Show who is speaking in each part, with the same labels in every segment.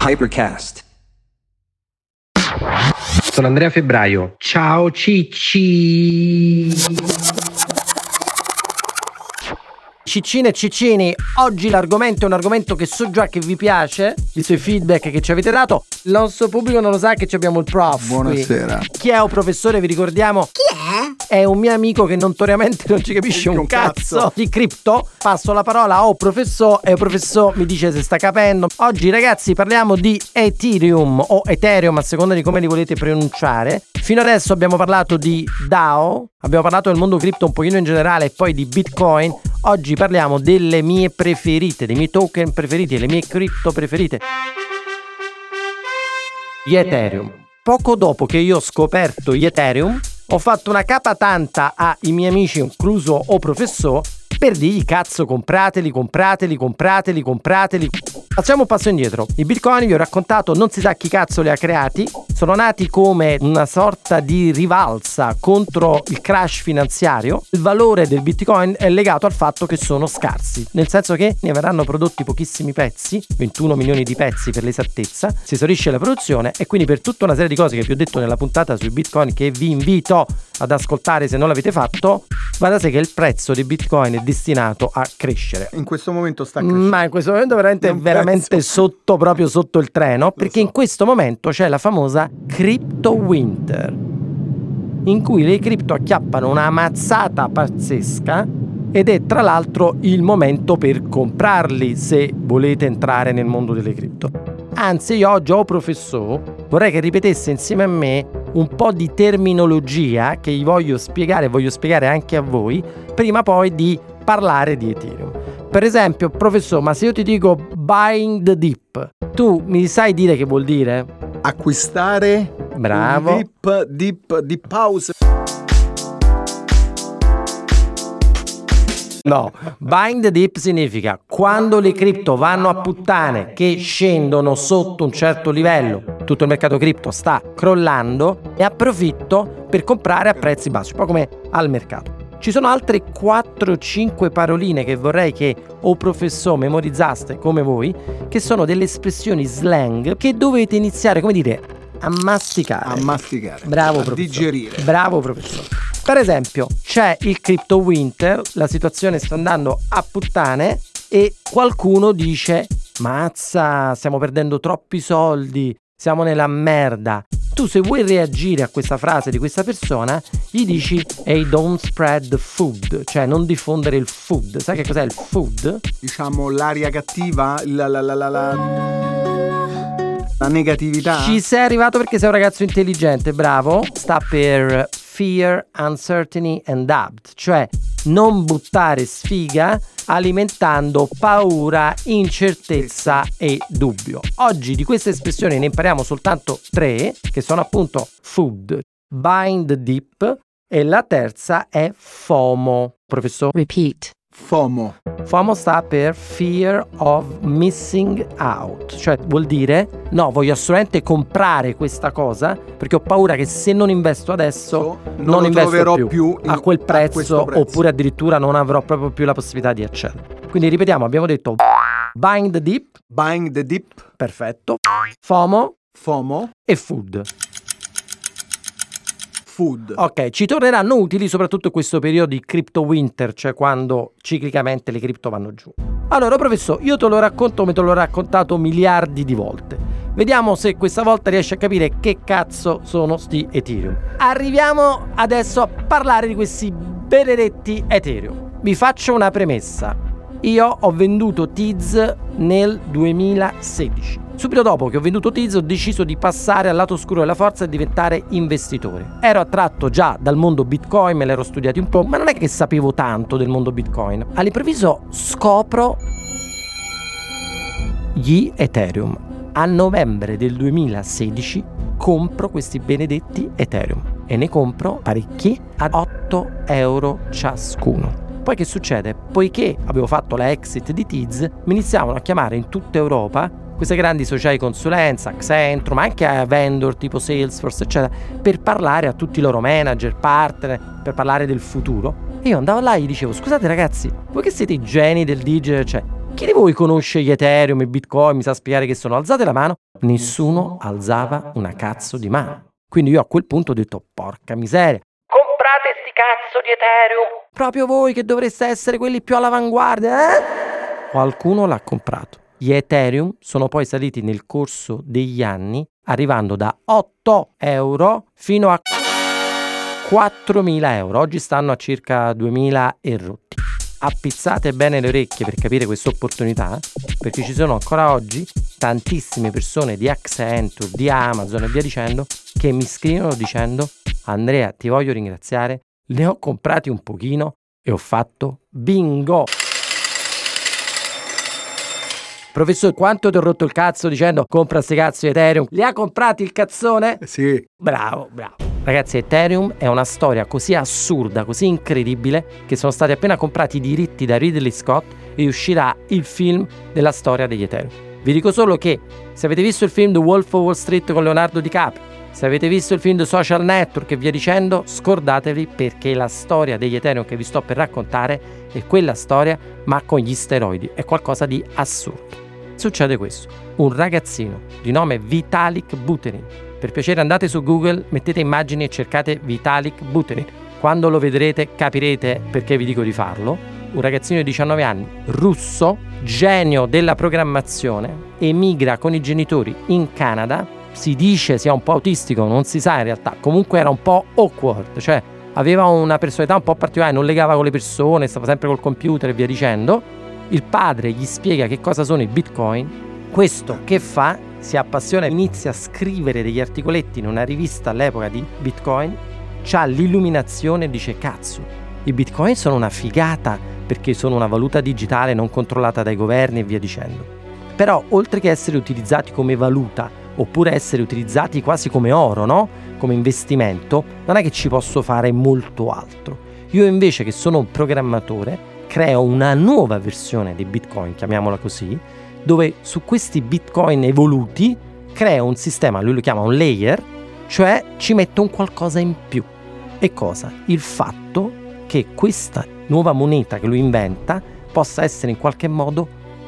Speaker 1: Hypercast.
Speaker 2: Sono Andrea Febbraio. Ciao Cicci.
Speaker 3: Ciccine e ciccini, oggi l'argomento è un argomento che so già che vi piace, visto i feedback che ci avete dato. Il nostro pubblico non lo sa che abbiamo il prof.
Speaker 4: Buonasera.
Speaker 3: Qui. Chi è un professore, vi ricordiamo? Chi è? È un mio amico che notoriamente non ci capisce un cazzo di cripto. Passo la parola a professore e il professore mi dice se sta capendo. Oggi ragazzi parliamo di Ethereum o Ethereum a seconda di come li volete pronunciare. Fino adesso abbiamo parlato di DAO, abbiamo parlato del mondo cripto un pochino in generale e poi di Bitcoin. Oggi parliamo delle mie preferite, dei miei token preferiti, le mie cripto preferite. Gli Ethereum. Poco dopo che io ho scoperto gli Ethereum, ho fatto una capa tanta ai miei amici, incluso o professore, per dirgli cazzo comprateli. Facciamo un passo indietro. I Bitcoin, vi ho raccontato, non si sa chi cazzo li ha creati. Sono nati come una sorta di rivalsa contro il crash finanziario. Il valore del Bitcoin è legato al fatto che sono scarsi, nel senso che ne verranno prodotti pochissimi pezzi, 21 milioni di pezzi per l'esattezza, si esaurisce la produzione e quindi per tutta una serie di cose che vi ho detto nella puntata sui Bitcoin, che vi invito ad ascoltare se non l'avete fatto, va da sé che il prezzo dei Bitcoin è destinato a crescere.
Speaker 4: In questo momento sta crescendo.
Speaker 3: Ma in questo momento veramente sotto, proprio sotto il treno, perché in questo momento c'è la famosa Crypto Winter, in cui le cripto acchiappano una mazzata pazzesca ed è tra l'altro il momento per comprarli se volete entrare nel mondo delle cripto. Anzi, io oggi professore vorrei che ripetesse insieme a me un po' di terminologia che gli voglio spiegare anche a voi, prima poi di parlare di Ethereum. Per esempio, professore, ma se io ti dico buying the dip, tu mi sai dire che vuol dire?
Speaker 4: Acquistare.
Speaker 3: Bravo.
Speaker 4: Dip house.
Speaker 3: No, buying the dip significa quando le cripto vanno a puttane, che scendono sotto un certo livello, tutto il mercato cripto sta crollando e approfitto per comprare a prezzi bassi, un po' come al mercato. Ci sono altre 4-5 paroline che vorrei che o professore memorizzaste come voi, che sono delle espressioni slang che dovete iniziare, come dire, a masticare. Bravo professore.
Speaker 4: Digerire.
Speaker 3: Bravo professore. Per esempio, c'è il Crypto Winter, la situazione sta andando a puttane e qualcuno dice mazza, stiamo perdendo troppi soldi, siamo nella merda. Tu se vuoi reagire a questa frase di questa persona, gli dici hey, don't spread the food, cioè non diffondere il food. Sai che cos'è il food?
Speaker 4: Diciamo l'aria cattiva, la negatività.
Speaker 3: Ci sei arrivato perché sei un ragazzo intelligente, bravo. Sta per fear, uncertainty and doubt, cioè non buttare sfiga alimentando paura, incertezza e dubbio. Oggi di queste espressioni ne impariamo soltanto 3, che sono appunto food, buying the dip e la terza è FOMO. Professore?
Speaker 5: Repeat.
Speaker 4: FOMO.
Speaker 3: FOMO sta per Fear of Missing Out, cioè vuol dire no, voglio assolutamente comprare questa cosa perché ho paura che se non investo adesso non investo più a quel prezzo, oppure addirittura non avrò proprio più la possibilità di accedere. Quindi ripetiamo, abbiamo detto buying the dip, perfetto, FOMO e food. Ok, ci torneranno utili soprattutto in questo periodo di Crypto Winter, cioè quando ciclicamente le cripto vanno giù. Allora professore, io te lo racconto come te l'ho raccontato miliardi di volte. Vediamo se questa volta riesci a capire che cazzo sono sti Ethereum. Arriviamo adesso a parlare di questi benedetti Ethereum. Vi faccio una premessa. Io ho venduto TIZ nel 2016. Subito dopo che ho venduto TIZ ho deciso di passare al lato oscuro della forza e diventare investitore. Ero attratto già dal mondo Bitcoin, me l'ero studiato un po', ma non è che sapevo tanto del mondo Bitcoin. All'improvviso scopro gli Ethereum. A novembre del 2016 compro questi benedetti Ethereum e ne compro parecchi a 8 euro ciascuno. Poi che succede? Poiché avevo fatto la exit di TIZ, mi iniziavano a chiamare in tutta Europa queste grandi società di consulenza, Accenture, ma anche a vendor tipo Salesforce, eccetera, per parlare a tutti i loro manager, partner, per parlare del futuro. E io andavo là e gli dicevo, scusate ragazzi, voi che siete i geni del digital, cioè, Chi di voi conosce gli Ethereum e Bitcoin? Mi sa spiegare che sono? Alzate la mano. Nessuno alzava una cazzo di mano. Quindi io a quel punto ho detto, porca miseria, comprate sti cazzo di Ethereum. Proprio voi che dovreste essere quelli più all'avanguardia, eh? Qualcuno l'ha comprato. Gli Ethereum sono poi saliti nel corso degli anni, arrivando da 8 euro fino a 4.000 euro. Oggi stanno a circa 2.000 e rotti. Appizzate bene le orecchie per capire questa opportunità, perché ci sono ancora oggi tantissime persone di Accenture, di Amazon e via dicendo, che mi scrivono dicendo: Andrea, ti voglio ringraziare, ne ho comprati un pochino e ho fatto bingo. Professore, quanto ti ho rotto il cazzo dicendo compra sti cazzo di Ethereum? Li ha comprati il cazzone?
Speaker 4: Sì.
Speaker 3: Bravo. Ragazzi, Ethereum è una storia così assurda, così incredibile, che sono stati appena comprati i diritti da Ridley Scott e uscirà il film della storia degli Ethereum. Vi dico solo che se avete visto il film The Wolf of Wall Street con Leonardo DiCaprio, se avete visto il film The Social Network e via dicendo, scordatevi, perché la storia degli Ethereum che vi sto per raccontare è quella storia, ma con gli steroidi. È qualcosa di assurdo. Succede questo: un ragazzino di nome Vitalik Buterin. Per piacere andate su Google, mettete immagini e cercate Vitalik Buterin. Quando lo vedrete capirete perché vi dico di farlo. Un ragazzino di 19 anni, russo, genio della programmazione, emigra con i genitori in Canada. Si dice sia un po' autistico, non si sa in realtà. Comunque era un po' awkward, cioè aveva una personalità un po' particolare, non legava con le persone, stava sempre col computer e via dicendo. Il padre gli spiega che cosa sono i Bitcoin. Questo che fa? Si appassiona, inizia a scrivere degli articoletti in una rivista all'epoca di Bitcoin, c'ha l'illuminazione e dice: cazzo, i Bitcoin sono una figata perché sono una valuta digitale non controllata dai governi e via dicendo. Però oltre che essere utilizzati come valuta oppure essere utilizzati quasi come oro, no? Come investimento, non è che ci posso fare molto altro. Io invece, che sono un programmatore, creo una nuova versione di Bitcoin, chiamiamola così, dove su questi Bitcoin evoluti creo un sistema, lui lo chiama un layer, cioè ci metto un qualcosa in più. E cosa? Il fatto che questa nuova moneta che lui inventa possa essere in qualche modo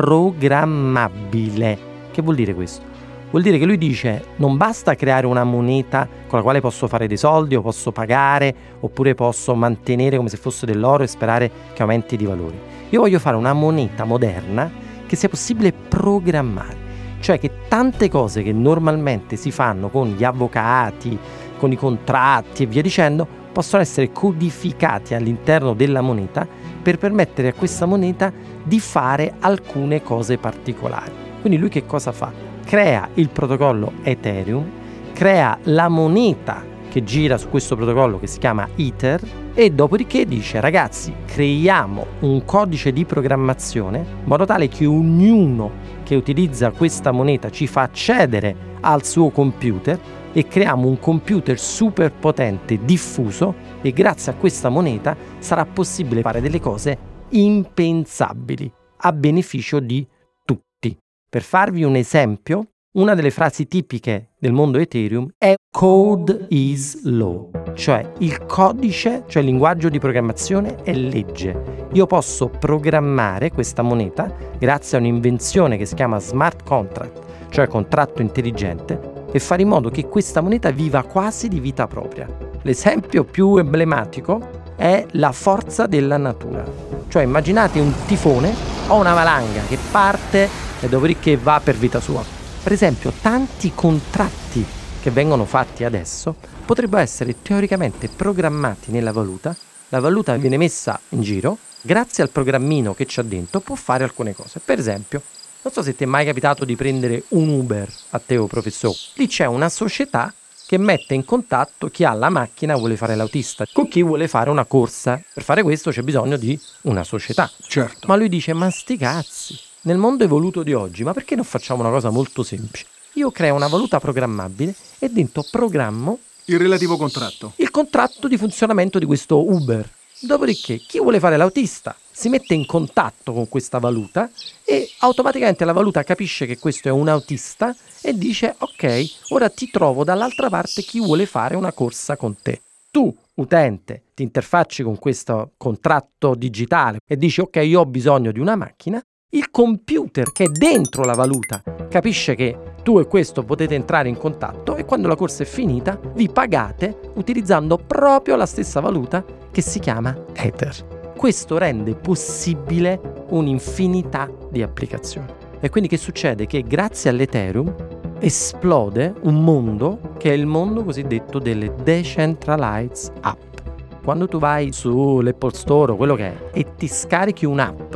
Speaker 3: programmabile. Che vuol dire questo? Vuol dire che lui dice: non basta creare una moneta con la quale posso fare dei soldi o posso pagare oppure posso mantenere come se fosse dell'oro e sperare che aumenti di valore. Io voglio fare una moneta moderna che sia possibile programmare, cioè che tante cose che normalmente si fanno con gli avvocati, con i contratti e via dicendo, possono essere codificati all'interno della moneta per permettere a questa moneta di fare alcune cose particolari. Quindi lui che cosa fa? Crea il protocollo Ethereum, crea la moneta che gira su questo protocollo che si chiama Ether e dopodiché dice: ragazzi, creiamo un codice di programmazione in modo tale che ognuno che utilizza questa moneta ci fa accedere al suo computer e creiamo un computer super potente, diffuso, e grazie a questa moneta sarà possibile fare delle cose impensabili a beneficio di tutti. Per farvi un esempio, una delle frasi tipiche del mondo Ethereum è code is law, cioè il codice, cioè il linguaggio di programmazione è legge. Io posso programmare questa moneta grazie a un'invenzione che si chiama smart contract, cioè contratto intelligente, e fare in modo che questa moneta viva quasi di vita propria. L'esempio più emblematico è la forza della natura. Cioè immaginate un tifone o una valanga che parte e dopodiché va per vita sua. Per esempio, tanti contratti che vengono fatti adesso potrebbero essere teoricamente programmati nella valuta viene messa in giro, grazie al programmino che c'ha dentro può fare alcune cose. Per esempio, non so se ti è mai capitato di prendere un Uber a te o professore. Lì c'è una società che mette in contatto chi ha la macchina vuole fare l'autista con chi vuole fare una corsa. Per fare questo c'è bisogno di una società.
Speaker 4: Certo.
Speaker 3: Ma lui dice: ma sti cazzi, nel mondo evoluto di oggi, ma perché non facciamo una cosa molto semplice? Io creo una valuta programmabile e dentro programmo
Speaker 4: Il relativo contratto.
Speaker 3: il contratto di funzionamento di questo Uber. Dopodiché chi vuole fare l'autista si mette in contatto con questa valuta e automaticamente la valuta capisce che questo è un autista e dice: ok, ora ti trovo dall'altra parte chi vuole fare una corsa con te. Tu, utente, ti interfacci con questo contratto digitale e dici: ok, io ho bisogno di una macchina. il computer che è dentro la valuta capisce che tu e questo potete entrare in contatto e quando la corsa è finita vi pagate utilizzando proprio la stessa valuta che si chiama Ether. Questo rende possibile un'infinità di applicazioni. E quindi che succede? Che grazie all'Ethereum esplode un mondo che è il mondo cosiddetto delle decentralized app. Quando tu vai sull'Apple Store o quello che è e ti scarichi un'app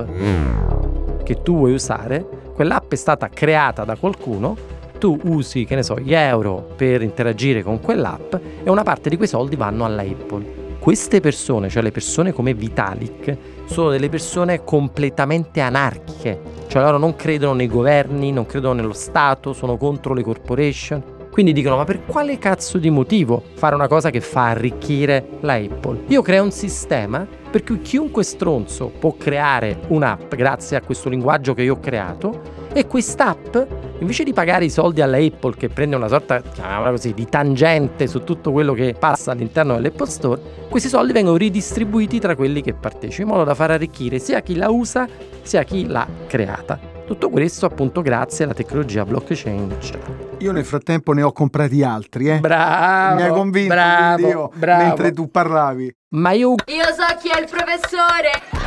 Speaker 3: che tu vuoi usare, quell'app è stata creata da qualcuno, tu usi, che ne so, gli euro per interagire con quell'app e una parte di quei soldi vanno alla Apple. Queste persone, cioè le persone come Vitalik, sono delle persone completamente anarchiche, cioè loro non credono nei governi, non credono nello Stato, sono contro le corporation. Quindi dicono, ma per quale cazzo di motivo fare una cosa che fa arricchire la Apple? Io creo un sistema per cui chiunque stronzo può creare un'app grazie a questo linguaggio che io ho creato e quest'app, invece di pagare i soldi alla Apple che prende una sorta, chiamiamola così, di tangente su tutto quello che passa all'interno dell'Apple Store, questi soldi vengono ridistribuiti tra quelli che partecipano, in modo da far arricchire sia chi la usa sia chi l'ha creata. Tutto questo appunto grazie alla tecnologia blockchain, eccetera.
Speaker 4: Io nel frattempo ne ho comprati altri,
Speaker 3: Bravo,
Speaker 4: mi hai convinto,
Speaker 3: bravo,
Speaker 4: io,
Speaker 3: bravo.
Speaker 4: mentre tu parlavi.
Speaker 3: Ma io
Speaker 1: so chi è il professore.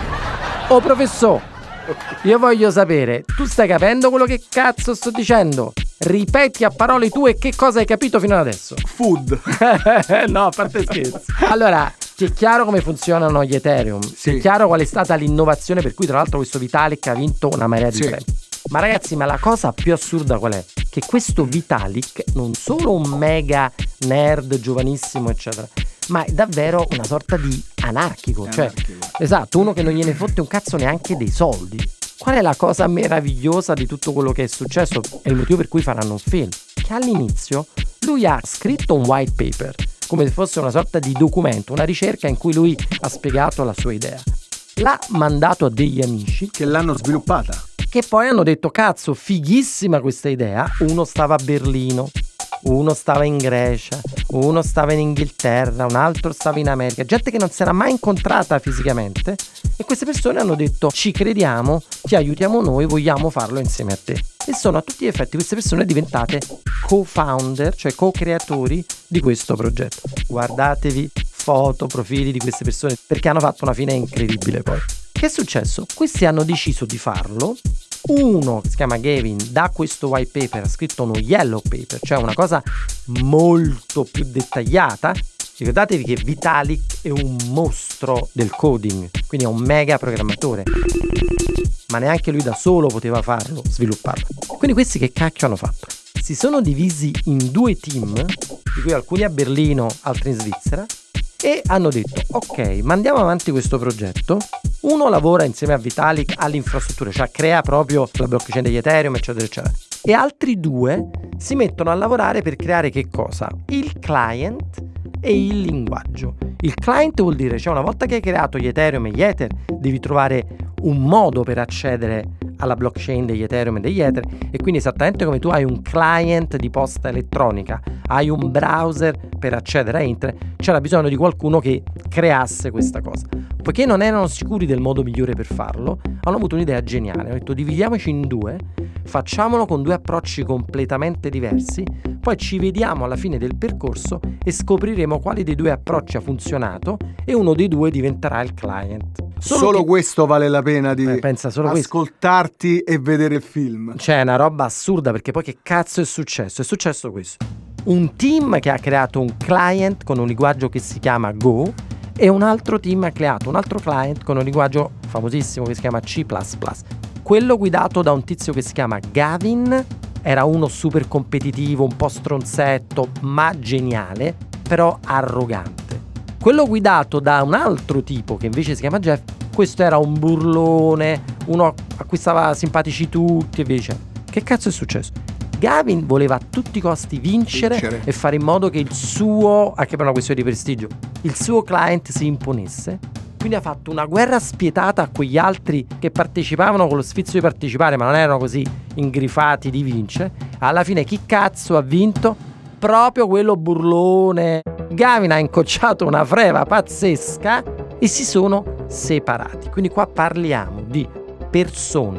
Speaker 3: oh professore, io voglio sapere, tu stai capendo quello che cazzo sto dicendo? Ripeti a parole tue che cosa hai capito fino ad adesso.
Speaker 4: Food.
Speaker 3: No, a parte scherzi. Allora, ti è chiaro come funzionano gli Ethereum?
Speaker 4: Sì.
Speaker 3: Ti è chiaro qual è stata l'innovazione per cui tra l'altro questo Vitalik ha vinto una marea di
Speaker 4: Sì.
Speaker 3: premi? Ma ragazzi, ma la cosa più assurda qual è? Che questo Vitalik non solo un mega nerd giovanissimo eccetera, ma è davvero una sorta di anarchico, cioè esatto, uno che non gliene fotte un cazzo neanche dei soldi. Qual è la cosa meravigliosa di tutto quello che è successo? È il motivo per cui faranno un film. Che all'inizio lui ha scritto un white paper, come se fosse una sorta di documento, una ricerca in cui lui ha spiegato la sua idea. L'ha mandato a degli amici
Speaker 4: Che l'hanno sviluppata.
Speaker 3: che poi hanno detto cazzo, fighissima questa idea. Uno stava a Berlino, uno stava in Grecia, uno stava in Inghilterra, un altro stava in America, gente che non si era mai incontrata fisicamente, e queste persone hanno detto ci crediamo, ti aiutiamo noi, vogliamo farlo insieme a te. E sono a tutti gli effetti queste persone diventate co-founder, cioè co-creatori di questo progetto. Guardatevi foto, profili di queste persone perché hanno fatto una fine incredibile poi. Che è successo? Questi hanno deciso di farlo. Uno che si chiama Gavin da questo white paper ha scritto uno yellow paper, cioè una cosa molto più dettagliata. Ricordatevi che Vitalik è un mostro del coding, quindi è un mega programmatore, ma neanche lui da solo poteva farlo, svilupparlo. Quindi questi che cacchio hanno fatto? Si sono divisi in due team, di cui alcuni a Berlino, altri in Svizzera, e hanno detto ok, mandiamo avanti questo progetto. Uno lavora insieme a Vitalik all'infrastruttura, cioè crea proprio la blockchain degli Ethereum eccetera eccetera, e altri due si mettono a lavorare per creare che cosa? Il client e il linguaggio. Il client vuol dire, cioè una volta che hai creato gli Ethereum e gli Ether devi trovare un modo per accedere alla blockchain degli Ethereum e degli Ether, e quindi esattamente come tu hai un client di posta elettronica, hai un browser per accedere a internet, c'era bisogno di qualcuno che creasse questa cosa. Poiché non erano sicuri del modo migliore per farlo, hanno avuto un'idea geniale, hanno detto dividiamoci in due, facciamolo con due approcci completamente diversi, poi ci vediamo alla fine del percorso e scopriremo quale dei due approcci ha funzionato e uno dei due diventerà il client.
Speaker 4: Solo questo vale la pena di
Speaker 3: pensa solo questo.
Speaker 4: ascoltarti e vedere il film.
Speaker 3: C'è una roba assurda, perché poi che cazzo è successo? È successo questo: un team che ha creato un client con un linguaggio che si chiama Go e un altro team ha creato un altro client con un linguaggio famosissimo che si chiama C++. Quello guidato da un tizio che si chiama Gavin era uno super competitivo, un po' stronzetto, ma geniale, però arrogante. Quello guidato da un altro tipo che invece si chiama Jeff, questo era un burlone, uno a cui stava simpatici tutti e via dicendo. Che cazzo è successo? Gavin voleva a tutti i costi vincere e fare in modo che il suo, anche per una questione di prestigio, il suo client si imponesse. Quindi ha fatto una guerra spietata a quegli altri che partecipavano con lo sfizio di partecipare, ma non erano così ingrifati di vincere. Alla fine chi cazzo ha vinto? Proprio quello burlone. Gavin ha incocciato una freva pazzesca e si sono separati. Quindi qua parliamo di persone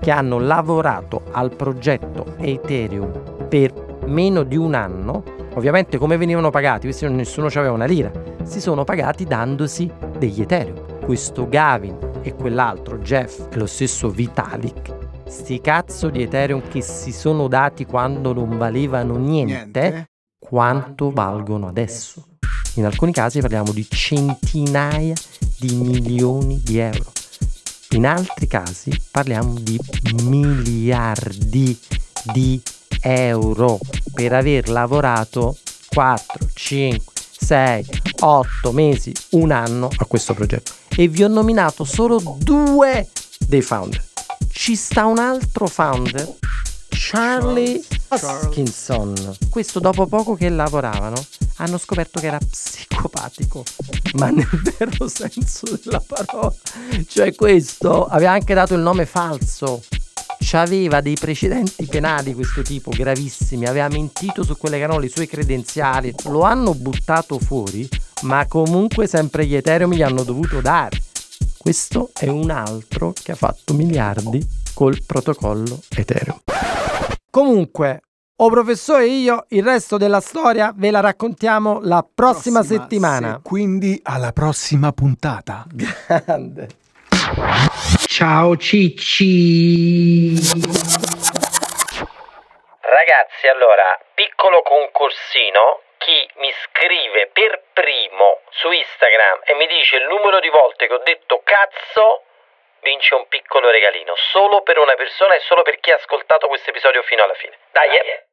Speaker 3: che hanno lavorato al progetto Ethereum per meno di un anno. Ovviamente come venivano pagati? Questi nessuno aveva una lira, si sono pagati dandosi degli Ethereum. Questo Gavin e quell'altro Jeff e lo stesso Vitalik, sti cazzo di Ethereum che si sono dati quando non valevano niente. Quanto valgono adesso? In alcuni casi parliamo di centinaia di milioni di euro, in altri casi parliamo di miliardi di euro per aver lavorato 4, 5, 6, 8 mesi, un anno a questo progetto. E vi ho nominato solo 2 dei founder. Ci sta un altro founder, Charlie Hoskinson. Questo dopo poco che lavoravano hanno scoperto che era psicopatico, ma nel vero senso della parola. Cioè questo aveva anche dato il nome falso. C'aveva dei precedenti penali questo tipo gravissimi, aveva mentito su quelle che erano le sue credenziali, lo hanno buttato fuori, ma comunque sempre gli Ethereum gli hanno dovuto dare. Questo è un altro che ha fatto miliardi col protocollo Ethereum. Comunque, professore, io il resto della storia ve la raccontiamo la prossima settimana.
Speaker 4: Quindi alla prossima puntata.
Speaker 3: Grande.
Speaker 2: Ciao Cicci.
Speaker 3: Ragazzi, allora, piccolo concorsino. Chi mi scrive per primo su Instagram e mi dice il numero di volte che ho detto cazzo, vince un piccolo regalino, solo per una persona e solo per chi ha ascoltato questo episodio fino alla fine. Dai,